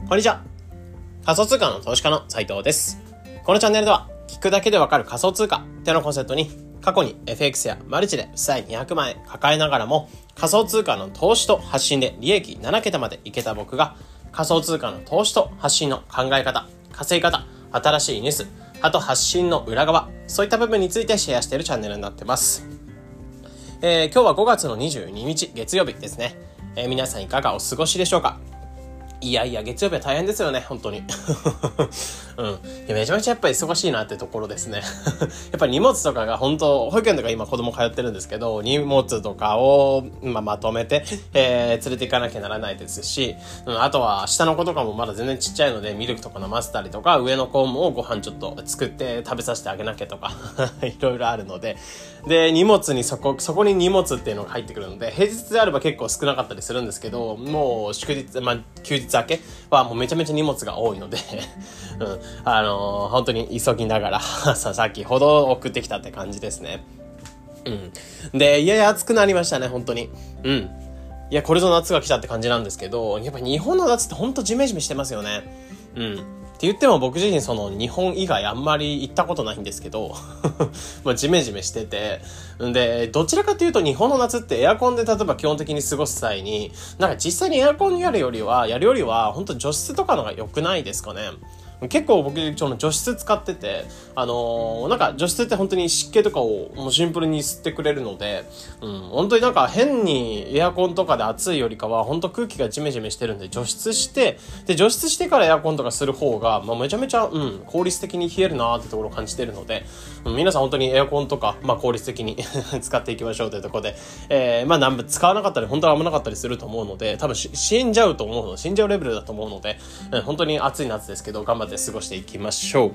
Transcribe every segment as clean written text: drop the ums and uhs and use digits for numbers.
こんにちは。仮想通貨の投資家の斉藤です。このチャンネルでは聞くだけでわかる仮想通貨っていうのコンセプトに、過去に FX やマルチで負債200万円抱えながらも仮想通貨の投資と発信で利益7桁までいけた僕が、仮想通貨の投資と発信の考え方、稼ぎ方、新しいニュース、あと発信の裏側、そういった部分についてシェアしているチャンネルになってます。今日は5月の22日月曜日ですね。皆さんいかがお過ごしでしょうか。いや月曜日は大変ですよね、本当に。めちゃめちゃやっぱり忙しいなってところですね。やっぱり荷物とかが本当、保育園とか今子供通ってるんですけど、荷物とかを、まとめて、連れて行かなきゃならないですし、あとは下の子とかもまだ全然ちっちゃいので、ミルクとか飲ませたりとか、上の子もご飯ちょっと作って食べさせてあげなきゃとか、いろいろあるので、で、荷物にそこに荷物っていうのが入ってくるので、平日であれば結構少なかったりするんですけど、もう祝日、休日明けはもうめちゃめちゃ荷物が多いので、本当に急ぎながら先ほど送ってきたって感じですね。で、暑くなりましたね、本当に。これぞ夏が来たって感じなんですけど、やっぱ日本の夏って本当ジメジメしてますよね。って言っても僕自身その日本以外あんまり行ったことないんですけどジメジメしてて、でどちらかというと日本の夏ってエアコンで例えば基本的に過ごす際になんか実際にエアコンやるよりは本当除湿とかのが良くないですかね。結構僕その除湿使ってて、なんか除湿って本当に湿気とかをもうシンプルに吸ってくれるので、本当になんか変にエアコンとかで暑いよりかは本当空気がジメジメしてるんで除湿して、で除湿してからエアコンとかする方がめちゃめちゃ効率的に冷えるなーってところを感じてるので、皆さん本当にエアコンとか効率的に使っていきましょうというところで、使わなかったり本当に危なかったりすると思うので、多分死んじゃうレベルだと思うので、本当に暑い夏ですけど頑張って過ごしていきましょう。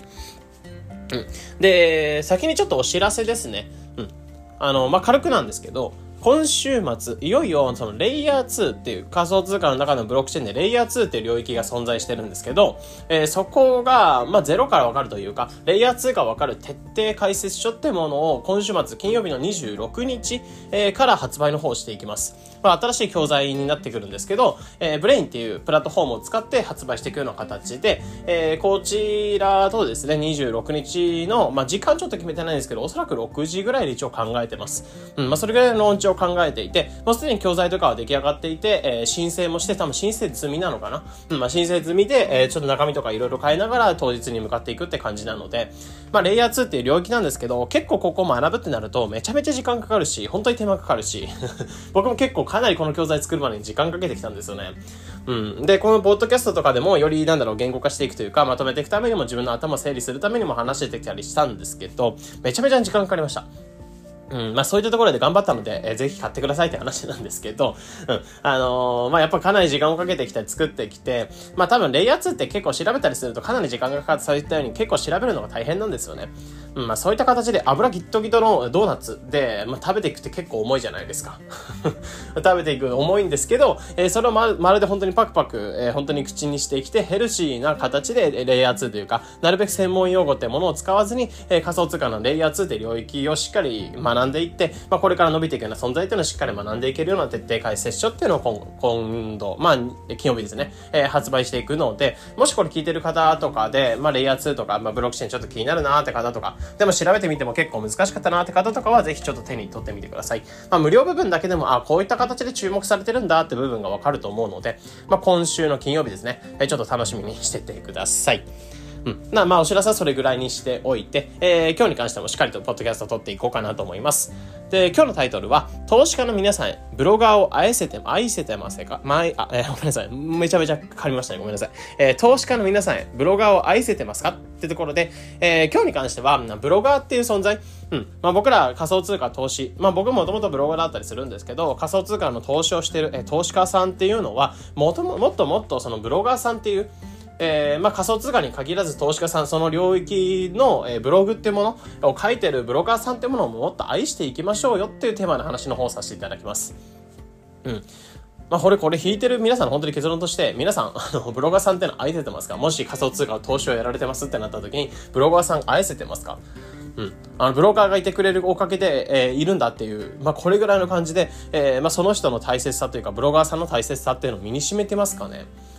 で、先にちょっとお知らせですね。軽くなんですけど、今週末いよいよそのレイヤー2っていう仮想通貨の中のブロックチェーンでレイヤー2っていう領域が存在してるんですけど、そこがゼロから分かるというか、レイヤー2が分かる徹底解説書ってものを今週末金曜日の26日、から発売の方をしていきます。新しい教材になってくるんですけど、ブレインっていうプラットフォームを使って発売していくような形で、こちらとですね26日の、時間ちょっと決めてないんですけど、おそらく6時ぐらいで一応考えてます。それぐらいのローンチを考えていて、もうすでに教材とかは出来上がっていて、申請もして多分申請済みなのかな。申請済みで、ちょっと中身とかいろいろ変えながら当日に向かっていくって感じなので、レイヤー2っていう領域なんですけど、結構ここ学ぶってなるとめちゃめちゃ時間かかるし、本当に手間かかるし僕も結構かなりこの教材作るまでに時間かけてきたんですよね。で、このポッドキャストとかでもより言語化していくというか、まとめていくためにも自分の頭を整理するためにも話してきたりしたんですけど、めちゃめちゃ時間かかりました。そういったところで頑張ったので、ぜひ買ってくださいって話なんですけど、やっぱかなり時間をかけてきて作ってきて、多分レイヤー2って結構調べたりするとかなり時間がかかって、そういったように結構調べるのが大変なんですよね。そういった形で油ギットギトのドーナツで、食べていくって結構重いじゃないですか。食べていくの重いんですけど、それをまるで本当にパクパク、本当に口にしてきてヘルシーな形でレイヤー2というか、なるべく専門用語ってものを使わずに、仮想通貨のレイヤー2って領域をしっかり学んでいって、これから伸びていくような存在っていうのをしっかり学んでいけるような徹底解説書っていうのを今度、金曜日ですね、発売していくので、もしこれ聞いてる方とかで、レイヤー2とか、ブロックチェーンちょっと気になるなーって方とか、でも調べてみても結構難しかったなーって方とかは、ぜひちょっと手に取ってみてください。無料部分だけでも、こういった形で注目されてるんだって部分がわかると思うので、今週の金曜日ですね、ちょっと楽しみにしててください。お知らせはそれぐらいにしておいて、今日に関してもしっかりとポッドキャストを撮っていこうかなと思います。で、今日のタイトルは、投資家の皆さんへ、ブロガーを愛せてますか？ごめんなさい。めちゃめちゃ噛みましたね。ごめんなさい。投資家の皆さんへ、ブロガーを愛せてますかってところで、今日に関しては、ブロガーっていう存在、僕ら仮想通貨投資、僕もともとブロガーだったりするんですけど、仮想通貨の投資をしている、投資家さんっていうのは、もっとそのブロガーさんっていう、仮想通貨に限らず投資家さん、その領域の、ブログっていうものを書いてるブロガーさんっていうものをもっと愛していきましょうよっていうテーマの話の方をさせていただきます。これ弾いてる皆さんの本当に結論として、皆さんブロガーさんっての愛せてますか？もし仮想通貨の投資をやられてますってなった時に、ブロガーさん愛せてますか？ブローカーがいてくれるおかげで、いるんだっていう、これぐらいの感じで、その人の大切さというか、ブロガーさんの大切さっていうのを身に染めてますかね。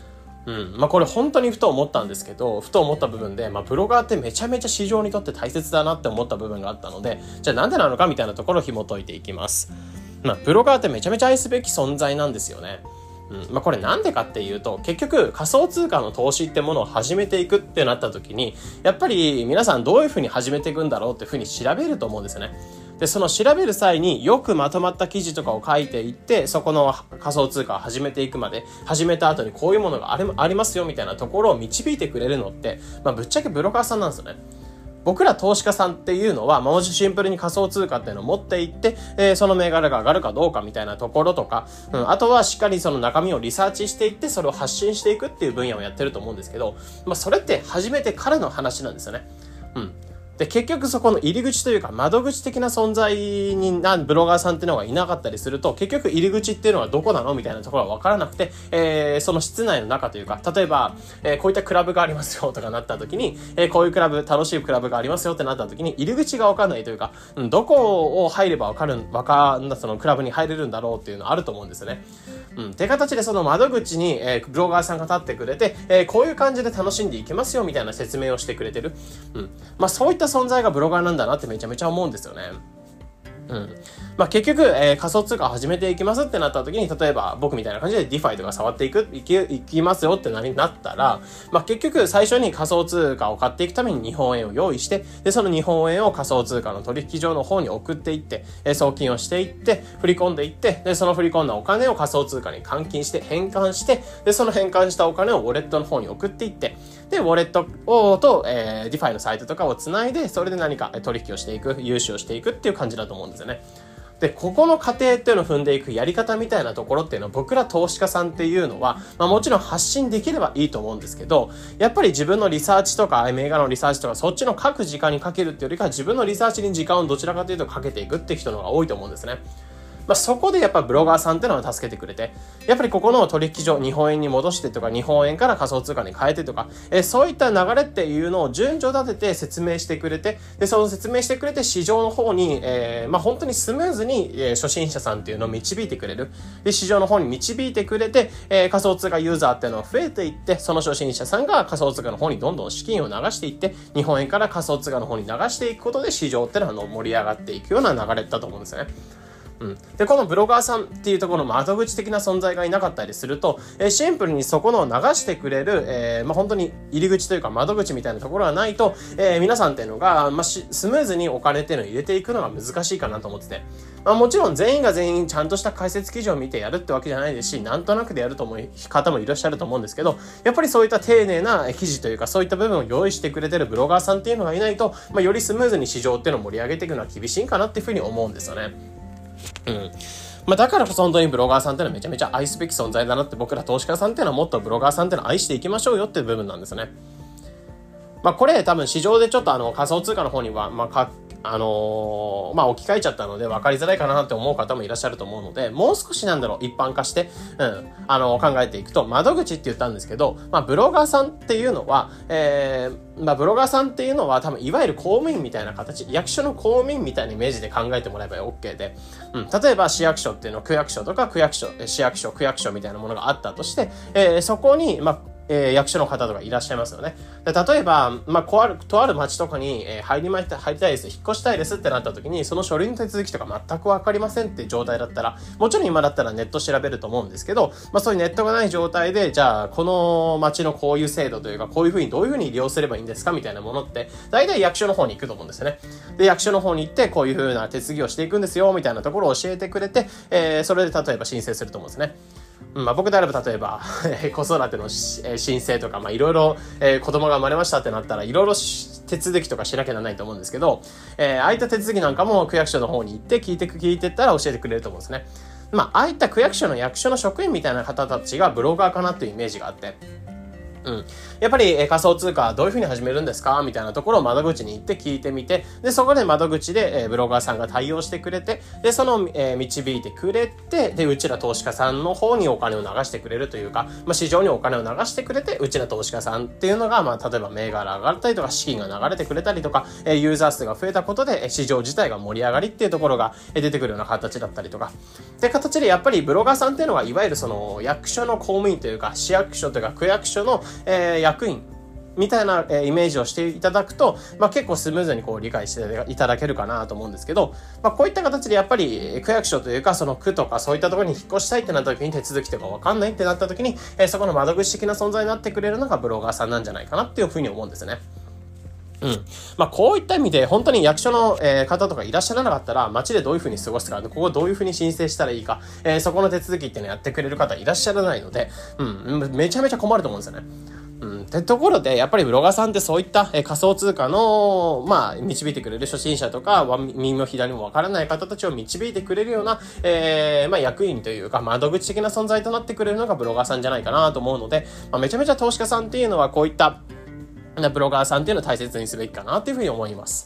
これ本当にふと思ったんですけど、ふと思った部分で、ブロガーってめちゃめちゃ市場にとって大切だなって思った部分があったので、じゃあなんでなのかみたいなところを紐解いていきます。ブロガーってめちゃめちゃ愛すべき存在なんですよね。これなんでかっていうと、結局仮想通貨の投資ってものを始めていくってなった時に、やっぱり皆さんどういうふうに始めていくんだろうっていうふうに調べると思うんですよね。で、その調べる際によくまとまった記事とかを書いていって、そこの仮想通貨を始めていくまで、始めた後にこういうものがありますよみたいなところを導いてくれるのって、ぶっちゃけブロガーさんなんですよね。僕ら投資家さんっていうのは、もしシンプルに仮想通貨っていうのを持っていって、その銘柄が上がるかどうかみたいなところとか、あとはしっかりその中身をリサーチしていって、それを発信していくっていう分野をやってると思うんですけど、それって初めてからの話なんですよね。で、結局そこの入り口というか窓口的な存在になるブロガーさんっていうのがいなかったりすると、結局入り口っていうのはどこなのみたいなところは分からなくて、その室内の中というか、例えば、こういったクラブがありますよとかなった時に、こういうクラブ、楽しいクラブがありますよってなった時に、入り口が分かんないというか、どこを入ればそのクラブに入れるんだろうっていうのはあると思うんですよね。って形でその窓口に、ブロガーさんが立ってくれて、こういう感じで楽しんでいけますよみたいな説明をしてくれてる。そういった存在がブロガーなんだなってめちゃめちゃ思うんですよね。結局、仮想通貨を始めていきますってなった時に、例えば僕みたいな感じで DeFi とか触っていきますよってなったら、結局最初に仮想通貨を買っていくために日本円を用意して、で、その日本円を仮想通貨の取引所の方に送っていって、送金をしていって、振り込んでいって、で、その振り込んだお金を仮想通貨に換金して変換して、で、その変換したお金をウォレットの方に送っていって、で、ウォレットと、DeFi のサイトとかをつないで、それで何か取引をしていく、融資をしていくっていう感じだと思うんですよね。で、ここの過程っていうのを踏んでいくやり方みたいなところっていうのは、僕ら投資家さんっていうのは、もちろん発信できればいいと思うんですけど、やっぱり自分のリサーチとか、銘柄のリサーチとか、そっちの書く時間にかけるっていうよりかは、自分のリサーチに時間をどちらかというとかけていくっていう人の方が多いと思うんですね。そこでやっぱブロガーさんっていうのは助けてくれて、やっぱりここの取引所、日本円に戻してとか、日本円から仮想通貨に変えてとか、そういった流れっていうのを順序立てて説明してくれて、で、その説明してくれて市場の方に、本当にスムーズに、初心者さんっていうのを導いてくれる。で、市場の方に導いてくれて、仮想通貨ユーザーっていうのが増えていって、その初心者さんが仮想通貨の方にどんどん資金を流していって、日本円から仮想通貨の方に流していくことで市場っていうのは盛り上がっていくような流れだと思うんですよね。で、このブロガーさんっていうところの窓口的な存在がいなかったりすると、シンプルにそこの流してくれる、本当に入り口というか窓口みたいなところがないと、皆さんっていうのが、スムーズにお金っていうのを入れていくのが難しいかなと思ってて、もちろん全員が全員ちゃんとした解説記事を見てやるってわけじゃないですし、なんとなくでやると思う方もいらっしゃると思うんですけど、やっぱりそういった丁寧な記事というか、そういった部分を用意してくれてるブロガーさんっていうのがいないと、よりスムーズに市場っていうのを盛り上げていくのは厳しいかなっていうふうに思うんですよね。だからこそ本当にブロガーさんっていうのはめちゃめちゃ愛すべき存在だなって、僕ら投資家さんっていうのはもっとブロガーさんっていうのを愛していきましょうよっていう部分なんですね。これ多分市場でちょっと仮想通貨の方には、置き換えちゃったので分かりづらいかなって思う方もいらっしゃると思うので、もう少し一般化して、考えていくと、窓口って言ったんですけど、ブロガーさんっていうのは、ブロガーさんっていうのは多分いわゆる公務員みたいな形、役所の公務員みたいなイメージで考えてもらえば OK で、例えば市役所っていうのは区役所とか市役所、区役所みたいなものがあったとして、そこに、役所の方とかいらっしゃいますよね。で、例えば、とある町とかに、入りたいです、引っ越したいですってなった時に、その書類の手続きとか全くわかりませんって状態だったら、もちろん今だったらネット調べると思うんですけど、そういうネットがない状態で、じゃあ、この町のこういう制度というか、こういうふうにどういうふうに利用すればいいんですかみたいなものって、大体役所の方に行くと思うんですよね。で、役所の方に行って、こういうふうな手続きをしていくんですよ、みたいなところを教えてくれて、それで例えば申請すると思うんですね。僕であれば例えば子育ての申請とかいろいろ子供が生まれましたってなったらいろいろ手続きとかしなきゃならないと思うんですけど、ああいった手続きなんかも区役所の方に行って聞いてったら教えてくれると思うんですね。ああいった区役所の役所の職員みたいな方たちがブロガーかなっていうイメージがあって、 うん。やっぱり、仮想通貨どういう風に始めるんですかみたいなところを窓口に行って聞いてみて、で、そこで窓口で、ブロガーさんが対応してくれて、で、その、導いてくれて、で、うちら投資家さんの方にお金を流してくれるというか、市場にお金を流してくれて、うちら投資家さんっていうのが、例えば銘柄上がったりとか、資金が流れてくれたりとか、ユーザー数が増えたことで、市場自体が盛り上がりっていうところが出てくるような形だったりとか、って形でやっぱりブロガーさんっていうのは、いわゆるその、役所の公務員というか、市役所というか、区役所の、役員みたいな、イメージをしていただくと、結構スムーズに理解していただけるかなと思うんですけど、こういった形でやっぱり区役所というか、その区とかそういったところに引っ越したいってなった時に、手続きとかわかんないってなった時に、そこの窓口的な存在になってくれるのがブロガーさんなんじゃないかなっていうふうに思うんですね。うん。こういった意味で、本当に役所の、方とかいらっしゃらなかったら、街でどういうふうに過ごすか、ここどういうふうに申請したらいいか、そこの手続きっていうのをやってくれる方いらっしゃらないので、めちゃめちゃ困ると思うんですよね。ってところで、やっぱりブロガーさんってそういった、仮想通貨の、導いてくれる初心者とか、右も左もわからない方たちを導いてくれるような、役員というか、窓口的な存在となってくれるのがブロガーさんじゃないかなと思うので、めちゃめちゃ投資家さんっていうのはこういったブロガーさんっていうのを大切にすべきかなっていうふうに思います。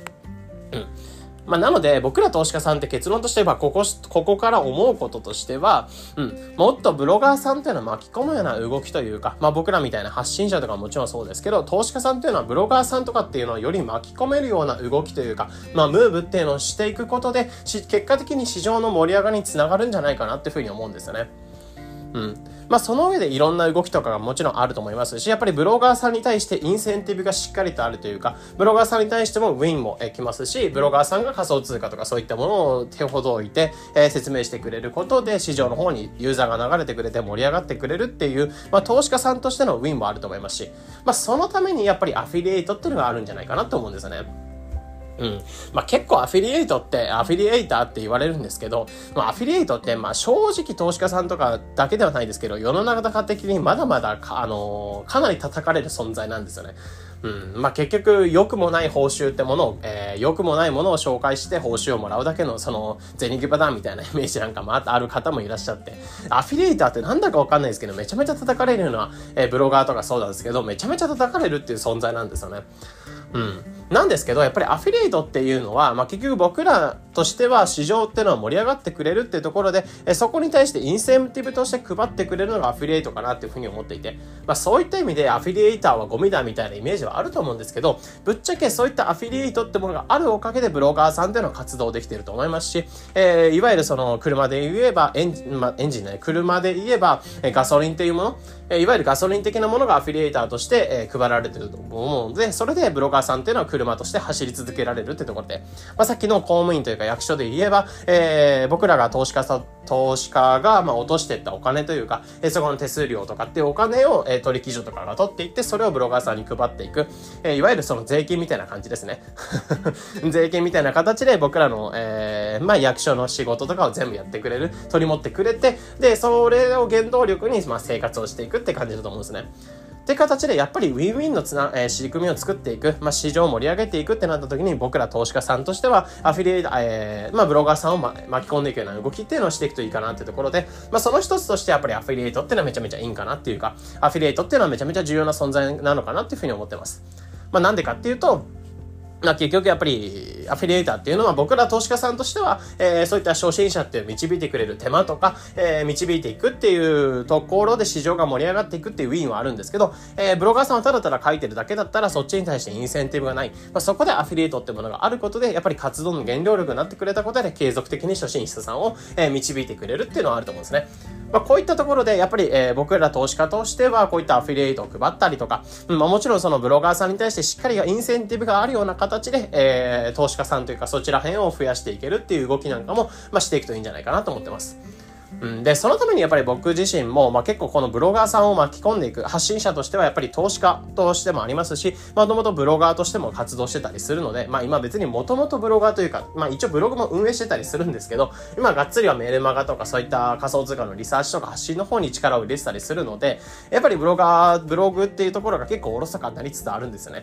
なので、僕ら投資家さんって結論としては、ここから思うこととしては、もっとブロガーさんっていうのは巻き込むような動きというか、僕らみたいな発信者とかもちろんそうですけど、投資家さんっていうのはブロガーさんとかっていうのをより巻き込めるような動きというか、ムーブっていうのをしていくことで、結果的に市場の盛り上がりにつながるんじゃないかなっていうふうに思うんですよね。その上でいろんな動きとかがもちろんあると思いますし、やっぱりブロガーさんに対してインセンティブがしっかりとあるというか、ブロガーさんに対してもウィンも来ますし、ブロガーさんが仮想通貨とかそういったものを手ほど置いて、説明してくれることで市場の方にユーザーが流れてくれて盛り上がってくれるっていう、投資家さんとしてのウィンもあると思いますし、そのためにやっぱりアフィリエイトっていうのがあるんじゃないかなと思うんですよね。結構アフィリエイターって言われるんですけど、アフィリエイトって、正直投資家さんとかだけではないですけど、世の中的にまだまだかなり叩かれる存在なんですよね。結局、良くもない報酬ってものを、良くもないものを紹介して報酬をもらうだけの、その、銭ゲバだみたいなイメージなんかもある方もいらっしゃって、アフィリエイターってなんだかわかんないですけど、めちゃめちゃ叩かれるのは、ブロガーとかそうなんですけど、めちゃめちゃ叩かれるっていう存在なんですよね。なんですけど、やっぱりアフィリエイトっていうのは、結局僕らとしては市場っていうのは盛り上がってくれるっていうところで、そこに対してインセンティブとして配ってくれるのがアフィリエイトかなっていうふうに思っていて、そういった意味でアフィリエイターはゴミだみたいなイメージはあると思うんですけど、ぶっちゃけそういったアフィリエイトってものがあるおかげでブロガーさんっていうのは活動できていると思いますし、いわゆるその車で言えば車で言えばガソリンっていうもの、いわゆるガソリン的なものがアフィリエイターとして、配られていると思うので、それでブロガーさんっていうのは車として走り続けられるってところで、さっきの公務員というか役所で言えば、僕らが投資家が落としていったお金というか、そこの手数料とかっていうお金を、取引所とかが取っていって、それをブロガーさんに配っていく、いわゆるその税金みたいな感じですね。税金みたいな形で僕らの、役所の仕事とかを全部やってくれる、取り持ってくれて、で、それを原動力に、生活をしていくって感じだと思うんですね。って形でやっぱりウィンウィンの仕組みを作っていく、市場を盛り上げていくってなった時に、僕ら投資家さんとしてはアフィリエイター、ブロガーさんを巻き込んでいくような動きっていうのをしていくといいかなっていうところで、その一つとしてやっぱりアフィリエイトっていうのはめちゃめちゃいいんかなっていうか、アフィリエイトっていうのはめちゃめちゃ重要な存在なのかなっていうふうに思ってます。なんでかっていうと、結局やっぱりアフィリエイターっていうのは僕ら投資家さんとしては、そういった初心者っていう導いてくれる手間とか、導いていくっていうところで市場が盛り上がっていくっていうウィンはあるんですけど、ブロガーさんはただただ書いてるだけだったらそっちに対してインセンティブがない。そこでアフィリエイトってものがあることでやっぱり活動の原動力になってくれたことで継続的に初心者さんを、導いてくれるっていうのはあると思うんですね。こういったところでやっぱり、僕ら投資家としてはこういったアフィリエイトを配ったりとか、もちろんそのブロガーさんに対してしっかりインセンティブがあるような形で、投資家さんというかそちら辺を増やしていけるっていう動きなんかも、していくといいんじゃないかなと思ってます。で、そのためにやっぱり僕自身も、結構このブロガーさんを巻き込んでいく発信者としてはやっぱり投資家としてもありますし、もともとブロガーとしても活動してたりするので、今別にもともとブロガーというか、一応ブログも運営してたりするんですけど、今がっつりはメールマガとかそういった仮想通貨のリサーチとか発信の方に力を入れてたりするので、やっぱりブログっていうところが結構おろそかになりつつあるんですよね。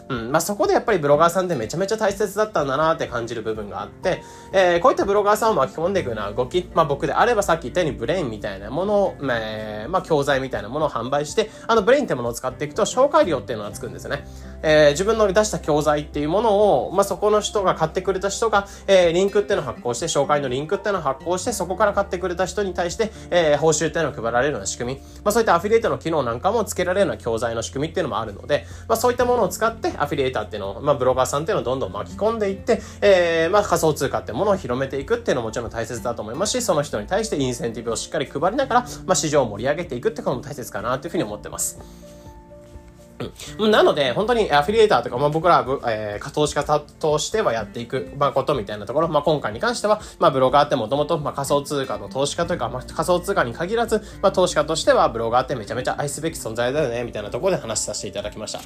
そこでやっぱりブロガーさんってめちゃめちゃ大切だったんだなって感じる部分があって、こういったブロガーさんを巻き込んでいくような動き、僕であればさっき言ったようにブレインみたいなものを、教材みたいなものを販売して、ブレインってものを使っていくと紹介料っていうのがつくんですよね。自分の出した教材っていうものを、そこの人が買ってくれた人が、リンクっていうのを発行して、紹介のリンクっていうのを発行して、そこから買ってくれた人に対して、報酬っていうのを配られるような仕組み、そういったアフィリエイトの機能なんかもつけられるような教材の仕組みっていうのもあるので、そういったものを使ってアフィリエイターっていうのを、ブロガーさんっていうのをどんどん巻き込んでいって、仮想通貨っていうものを広めていくっていうのももちろん大切だと思いますし、その人に対してインセンティブをしっかり配りながら、市場を盛り上げていくってことも大切かなというふうに思ってます。なので、本当にアフィリエイターとか、僕らは、投資家としてはやっていく、ことみたいなところ、今回に関しては、ブロガーってもともと、仮想通貨の投資家というか、仮想通貨に限らず、投資家としては、ブロガーってめちゃめちゃ愛すべき存在だよね、みたいなところで話させていただきました。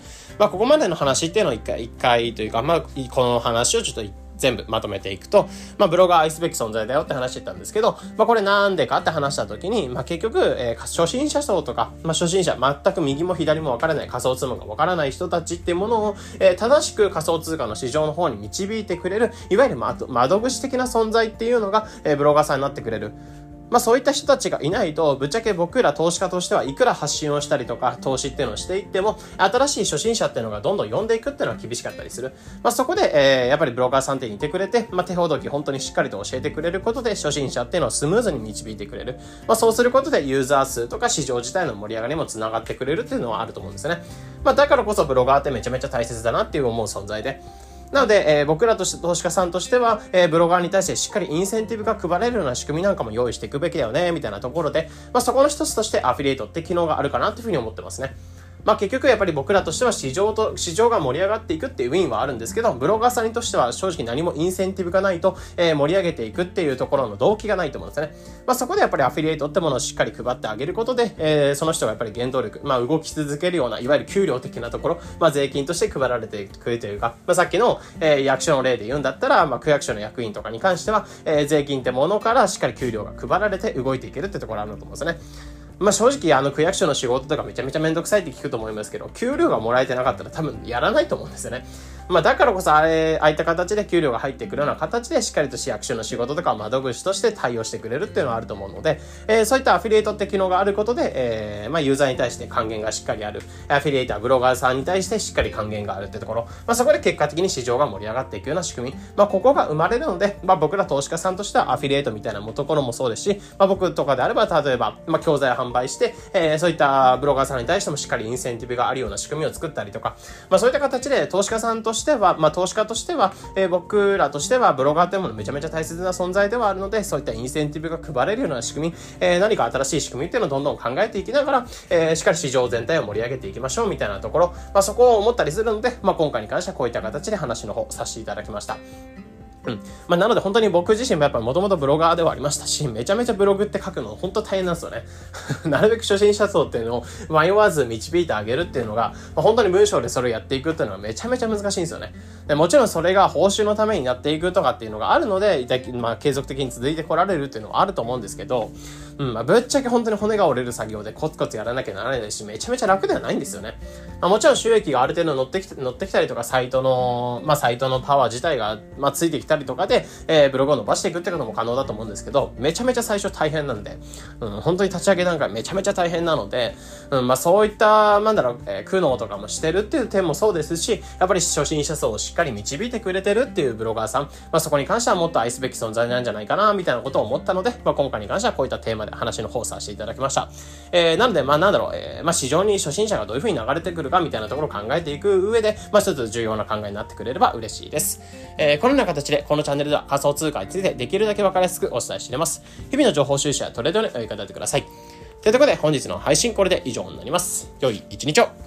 ここまでの話っていうのを一回というか、この話をちょっと全部まとめていくと、ブロガー愛すべき存在だよって話してたんですけど、これなんでかって話した時に、結局、初心者層とか、初心者、全く右も左も分からない仮想通貨が分からない人たちっていうものを、正しく仮想通貨の市場の方に導いてくれる、いわゆる窓口的な存在っていうのが、ブロガーさんになってくれる。そういった人たちがいないと、ぶっちゃけ僕ら投資家としてはいくら発信をしたりとか、投資っていうのをしていっても、新しい初心者っていうのがどんどん呼んでいくっていうのは厳しかったりする。そこで、やっぱりブロガーさんっていてくれて、手ほどき本当にしっかりと教えてくれることで、初心者っていうのをスムーズに導いてくれる。そうすることで、ユーザー数とか市場自体の盛り上がりも繋がってくれるっていうのはあると思うんですね。だからこそブロガーってめちゃめちゃ大切だなっていう思う存在で。なので、僕らとして投資家さんとしては、ブロガーに対してしっかりインセンティブが配れるような仕組みなんかも用意していくべきだよね、みたいなところで、そこの一つとしてアフィリエイトって機能があるかなというふうに思ってますね。結局やっぱり僕らとしては市場が盛り上がっていくっていうウィンはあるんですけど、ブロガーさんにとしては正直何もインセンティブがないと、盛り上げていくっていうところの動機がないと思うんですね。そこでやっぱりアフィリエイトってものをしっかり配ってあげることで、その人がやっぱり原動力、動き続けるような、いわゆる給料的なところ、税金として配られていくというか、さっきの、役所の例で言うんだったら、区役所の役員とかに関しては、税金ってものからしっかり給料が配られて動いていけるってところあると思うんですね。正直区役所の仕事とかめちゃめちゃめんどくさいって聞くと思いますけど、給料がもらえてなかったら多分やらないと思うんですよね。だからこそああいった形で給料が入ってくるような形でしっかりと市役所の仕事とか窓口として対応してくれるっていうのはあると思うので、そういったアフィリエイトって機能があることで、ユーザーに対して還元がしっかりある、アフィリエイター、ブロガーさんに対してしっかり還元があるってところ、そこで結果的に市場が盛り上がっていくような仕組み、ここが生まれるので、僕ら投資家さんとしてはアフィリエイトみたいなところもそうですし、僕とかであれば例えば、教材を販売して、そういったブロガーさんに対してもしっかりインセンティブがあるような仕組みを作ったりとか、そういった形で投資家さんとしては、投資家としては、僕らとしてはブロガーというものめちゃめちゃ大切な存在ではあるので、そういったインセンティブが配れるような仕組み、何か新しい仕組みっていうのをどんどん考えていきながら、しっかり市場全体を盛り上げていきましょうみたいなところ、そこを思ったりするので、今回に関してはこういった形で話の方させていただきました。なので本当に僕自身もやっぱりもともとブロガーではありましたし、めちゃめちゃブログって書くの本当大変なんですよね。なるべく初心者層っていうのを迷わず導いてあげるっていうのが、本当に文章でそれをやっていくっていうのはめちゃめちゃ難しいんですよね。でもちろんそれが報酬のためにやっていくとかっていうのがあるので、継続的に続いてこられるっていうのはあると思うんですけど、ぶっちゃけ本当に骨が折れる作業でコツコツやらなきゃならないし、めちゃめちゃ楽ではないんですよね。もちろん収益がある程度乗ってきたりとか、サイトのパワー自体が、ついてきたりとかで、ブログを伸ばしていくってことも可能だと思うんですけど、めちゃめちゃ最初大変なんで、本当に立ち上げ段階めちゃめちゃ大変なので、そういった、苦悩とかもしてるっていう点もそうですし、やっぱり初心者層をしっかり導いてくれてるっていうブロガーさん、そこに関してはもっと愛すべき存在なんじゃないかな、みたいなことを思ったので、今回に関してはこういったテーマで話の方をさせていただきました。なので、市場に初心者がどういう風に流れてくるかみたいなところを考えていく上で、一つ重要な考えになってくれれば嬉しいです。このような形で、このチャンネルでは仮想通貨についてできるだけ分かりやすくお伝えしています。日々の情報収集やトレードにお役立てください。ということで、本日の配信これで以上になります。良い一日を。